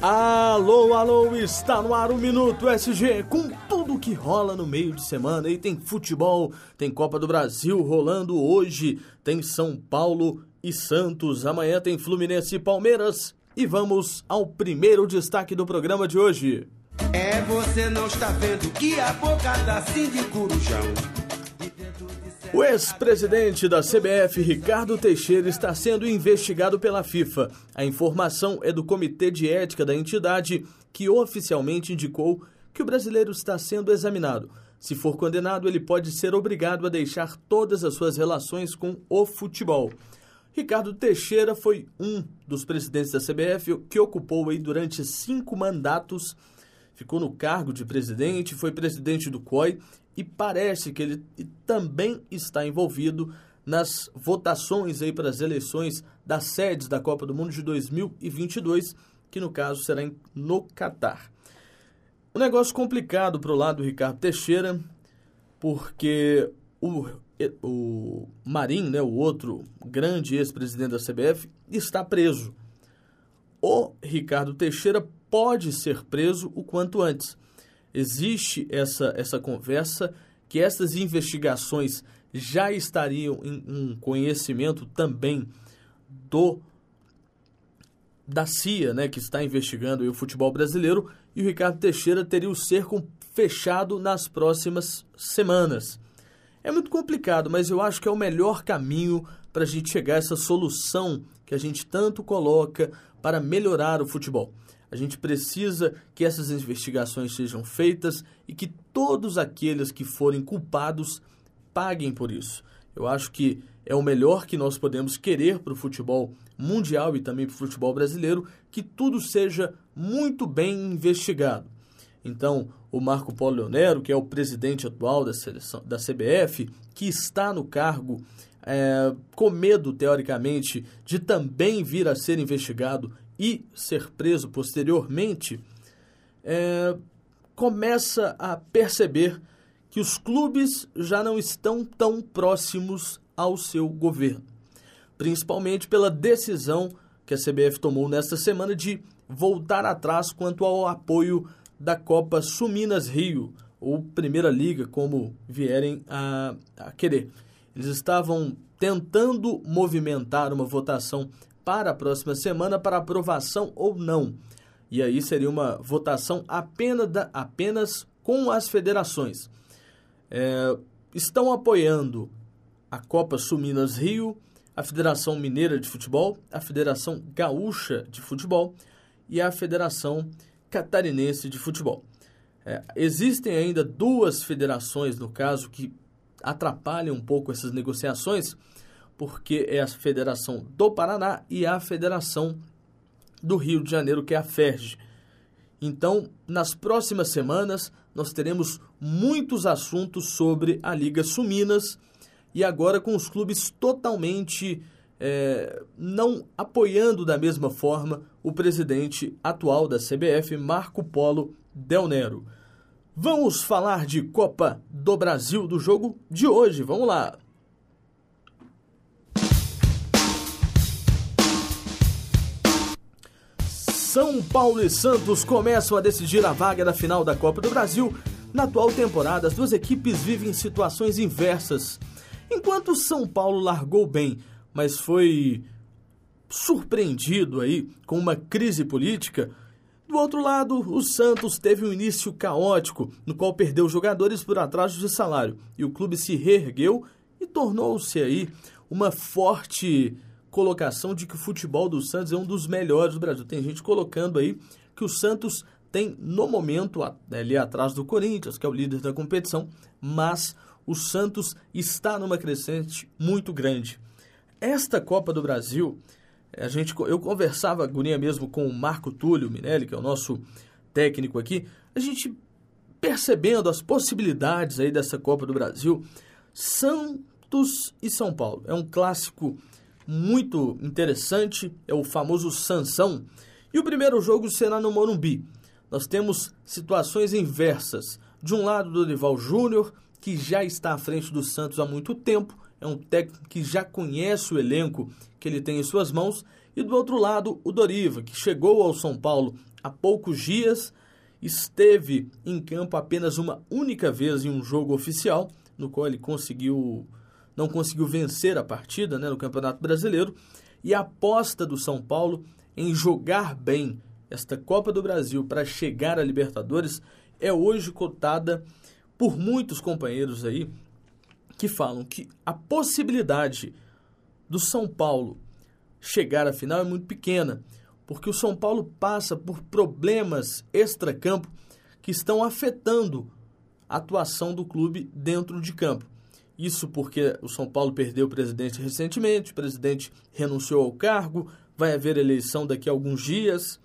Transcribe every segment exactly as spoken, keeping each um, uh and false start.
Alô, alô, está no ar o Minuto S G com tudo que rola no meio de semana. E tem futebol, tem Copa do Brasil rolando hoje, tem São Paulo e Santos, amanhã tem Fluminense e Palmeiras. E vamos ao primeiro destaque do programa de hoje. É, você não está vendo que a boca dá sim de corujão. O ex-presidente da C B F, Ricardo Teixeira, está sendo investigado pela FIFA. A informação é do Comitê de Ética da entidade, que oficialmente indicou que o brasileiro está sendo examinado. Se for condenado, ele pode ser obrigado a deixar todas as suas relações com o futebol. Ricardo Teixeira foi um dos presidentes da C B F que ocupou aí durante cinco mandatos, ficou no cargo de presidente, foi presidente do C O I e parece que ele também está envolvido nas votações aí para as eleições das sedes da Copa do Mundo de dois mil e vinte e dois, que no caso será no Catar. Um negócio complicado para o lado do Ricardo Teixeira, porque o, o Marinho, né, o outro grande ex-presidente da C B F, está preso. O Ricardo Teixeira pode ser preso o quanto antes. Existe essa, essa conversa que essas investigações já estariam em um conhecimento também do da C I A, né, que está investigando o futebol brasileiro, e o Ricardo Teixeira teria o cerco fechado nas próximas semanas. É muito complicado, mas eu acho que é o melhor caminho para a gente chegar a essa solução que a gente tanto coloca para melhorar o futebol. A gente precisa que essas investigações sejam feitas e que todos aqueles que forem culpados paguem por isso. Eu acho que é o melhor que nós podemos querer para o futebol mundial e também para o futebol brasileiro, que tudo seja muito bem investigado. Então, o Marco Polo Leonero, que é o presidente atual da, seleção, da C B F, que está no cargo é, com medo, teoricamente, de também vir a ser investigado e ser preso posteriormente, é, começa a perceber que os clubes já não estão tão próximos ao seu governo, principalmente pela decisão que a C B F tomou nesta semana de voltar atrás quanto ao apoio da Copa Suminas Rio, ou Primeira Liga, como vierem a, a querer. Eles estavam tentando movimentar uma votação para a próxima semana, para aprovação ou não. E aí seria uma votação apenas, da, apenas com as federações. É, estão apoiando a Copa Suminas Rio, a Federação Mineira de Futebol, a Federação Gaúcha de Futebol e a Federação Catarinense de Futebol. É, existem ainda duas federações, no caso, que atrapalham um pouco essas negociações, porque é a Federação do Paraná e a Federação do Rio de Janeiro, que é a F E R J. Então, nas próximas semanas, nós teremos muitos assuntos sobre a Liga Suminas, e agora com os clubes totalmente é, não apoiando da mesma forma o presidente atual da C B F, Marco Polo Leonero. Vamos falar de Copa do Brasil, do jogo de hoje. Vamos lá! São Paulo e Santos começam a decidir a vaga da final da Copa do Brasil. Na atual temporada, as duas equipes vivem situações inversas. Enquanto São Paulo largou bem, mas foi surpreendido aí com uma crise política, do outro lado, o Santos teve um início caótico, no qual perdeu jogadores por atraso de salário, e o clube se reergueu e tornou-se aí uma forte colocação de que o futebol do Santos é um dos melhores do Brasil. Tem gente colocando aí que o Santos tem, no momento, ali atrás do Corinthians, que é o líder da competição, mas o Santos está numa crescente muito grande. Esta Copa do Brasil, a gente, eu conversava agonia mesmo com o Marco Túlio Minelli, que é o nosso técnico aqui, a gente percebendo as possibilidades aí dessa Copa do Brasil. Santos e São Paulo, é um clássico muito interessante, é o famoso Sansão, e o primeiro jogo será no Morumbi. Nós temos situações inversas. De um lado, Dorival Júnior, que já está à frente do Santos há muito tempo, é um técnico que já conhece o elenco que ele tem em suas mãos. E do outro lado, o Doriva, que chegou ao São Paulo há poucos dias, esteve em campo apenas uma única vez em um jogo oficial, no qual ele conseguiu, não conseguiu vencer a partida, né, no Campeonato Brasileiro, e a aposta do São Paulo em jogar bem esta Copa do Brasil para chegar à Libertadores é hoje cotada por muitos companheiros aí que falam que a possibilidade do São Paulo chegar à final é muito pequena, porque o São Paulo passa por problemas extracampo que estão afetando a atuação do clube dentro de campo. Isso porque o São Paulo perdeu o presidente recentemente, o presidente renunciou ao cargo, vai haver eleição daqui a alguns dias,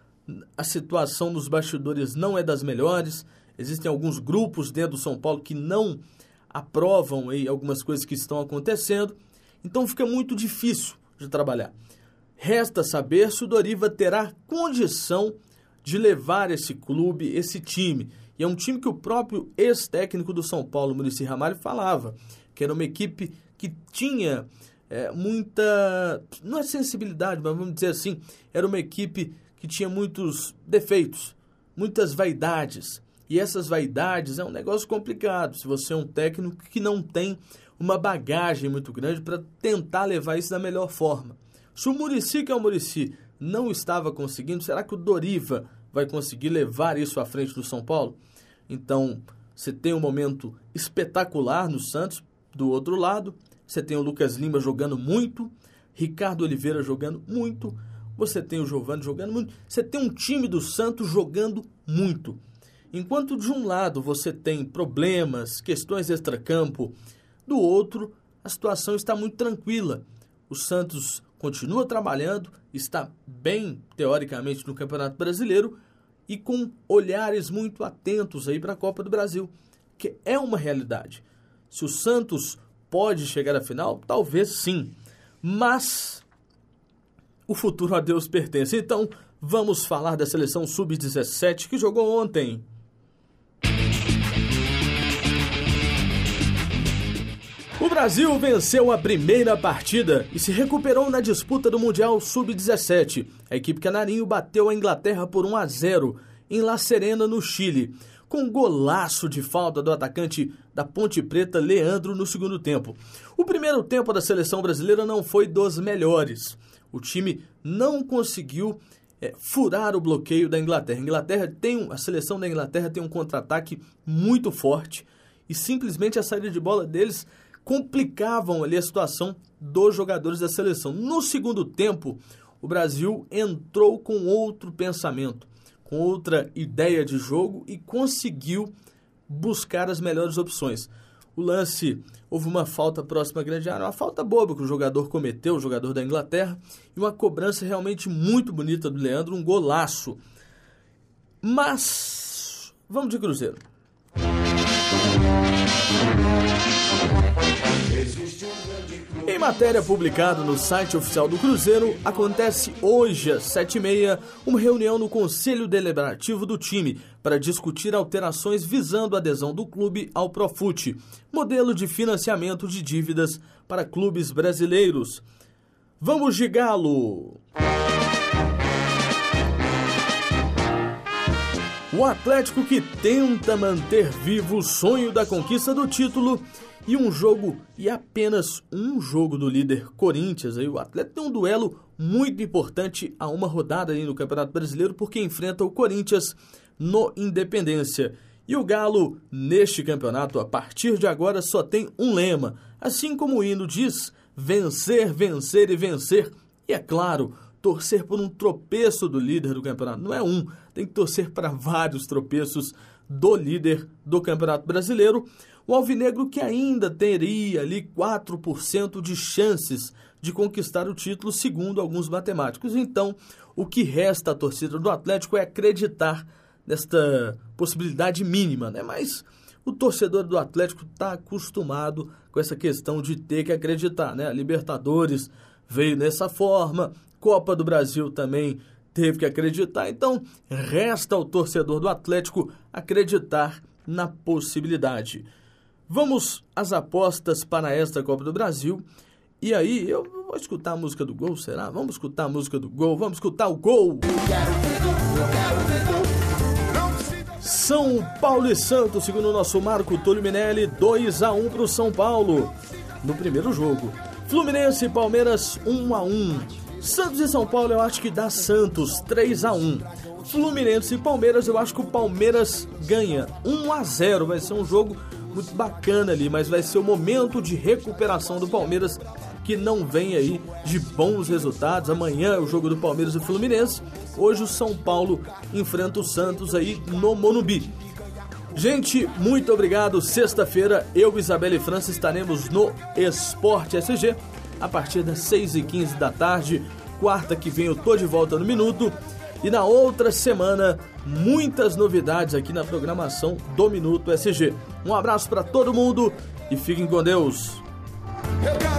a situação nos bastidores não é das melhores, existem alguns grupos dentro do São Paulo que não aprovam aí algumas coisas que estão acontecendo, então fica muito difícil de trabalhar. Resta saber se o Doriva terá condição de levar esse clube, esse time. E é um time que o próprio ex-técnico do São Paulo, Muricy Ramalho, falava, que era uma equipe que tinha é, muita, não é sensibilidade, mas vamos dizer assim, era uma equipe que tinha muitos defeitos, muitas vaidades. E essas vaidades é um negócio complicado, se você é um técnico que não tem uma bagagem muito grande para tentar levar isso da melhor forma. Se o Muricy, que é o Muricy, não estava conseguindo, será que o Doriva vai conseguir levar isso à frente do São Paulo? Então, você tem um momento espetacular no Santos, do outro lado, você tem o Lucas Lima jogando muito, Ricardo Oliveira jogando muito, você tem o Giovani jogando muito, você tem um time do Santos jogando muito. Enquanto de um lado você tem problemas, questões extracampo, do outro a situação está muito tranquila. O Santos continua trabalhando, está bem, teoricamente, no Campeonato Brasileiro e com olhares muito atentos aí para a Copa do Brasil, que é uma realidade. Se o Santos pode chegar à final, talvez sim, mas o futuro a Deus pertence. Então, vamos falar da seleção sub dezessete que jogou ontem. O Brasil venceu a primeira partida e se recuperou na disputa do Mundial sub dezessete. A equipe canarinho bateu a Inglaterra por um a zero em La Serena, no Chile, com um golaço de falta do atacante da Ponte Preta, Leandro, no segundo tempo. O primeiro tempo da seleção brasileira não foi dos melhores. O time não conseguiu é, furar o bloqueio da Inglaterra. A, Inglaterra tem um, a seleção da Inglaterra tem um contra-ataque muito forte e simplesmente a saída de bola deles complicavam ali a situação dos jogadores da seleção. No segundo tempo, o Brasil entrou com outro pensamento, com outra ideia de jogo e conseguiu buscar as melhores opções. O lance, houve uma falta próxima à grande área, uma falta boba que o jogador cometeu, o jogador da Inglaterra, e uma cobrança realmente muito bonita do Leandro, um golaço. Mas, vamos de Cruzeiro. Em matéria publicada no site oficial do Cruzeiro, acontece hoje às sete e meia uma reunião no Conselho Deliberativo do time para discutir alterações visando a adesão do clube ao Profut, modelo de financiamento de dívidas para clubes brasileiros. Vamos de Galo! O Atlético, que tenta manter vivo o sonho da conquista do título, e um jogo, e apenas um jogo do líder Corinthians. Aí o Atlético tem um duelo muito importante a uma rodada aí no Campeonato Brasileiro, porque enfrenta o Corinthians no Independência. E o Galo, neste campeonato, a partir de agora, só tem um lema. Assim como o hino diz, vencer, vencer e vencer. E é claro, torcer por um tropeço do líder do campeonato. Não é um, tem que torcer para vários tropeços do líder do Campeonato Brasileiro. O alvinegro, que ainda teria ali quatro por cento de chances de conquistar o título, segundo alguns matemáticos. Então, o que resta à torcida do Atlético é acreditar nesta possibilidade mínima, né? Mas o torcedor do Atlético está acostumado com essa questão de ter que acreditar, né? A Libertadores veio dessa forma, Copa do Brasil também teve que acreditar. Então, resta ao torcedor do Atlético acreditar na possibilidade. Vamos às apostas para esta Copa do Brasil. E aí, eu vou escutar a música do gol, será? Vamos escutar a música do gol, vamos escutar o gol. São Paulo e Santos, segundo o nosso Marco Túlio Minelli, dois a um para o São Paulo no primeiro jogo. Fluminense e Palmeiras um a um. Santos e São Paulo eu acho que dá Santos três a um. Fluminense e Palmeiras eu acho que o Palmeiras ganha um a zero. Vai ser um jogo muito bacana ali, mas vai ser o momento de recuperação do Palmeiras, que não vem aí de bons resultados. Amanhã é o jogo do Palmeiras e Fluminense. Hoje o São Paulo enfrenta o Santos aí no Morumbi. Gente, muito obrigado. Sexta-feira, eu, Isabela e França estaremos no Esporte S G a partir das seis e quinze da tarde. Quarta que vem eu tô de volta no Minuto. E na outra semana, muitas novidades aqui na programação do Minuto S G. Um abraço para todo mundo e fiquem com Deus. Eu quero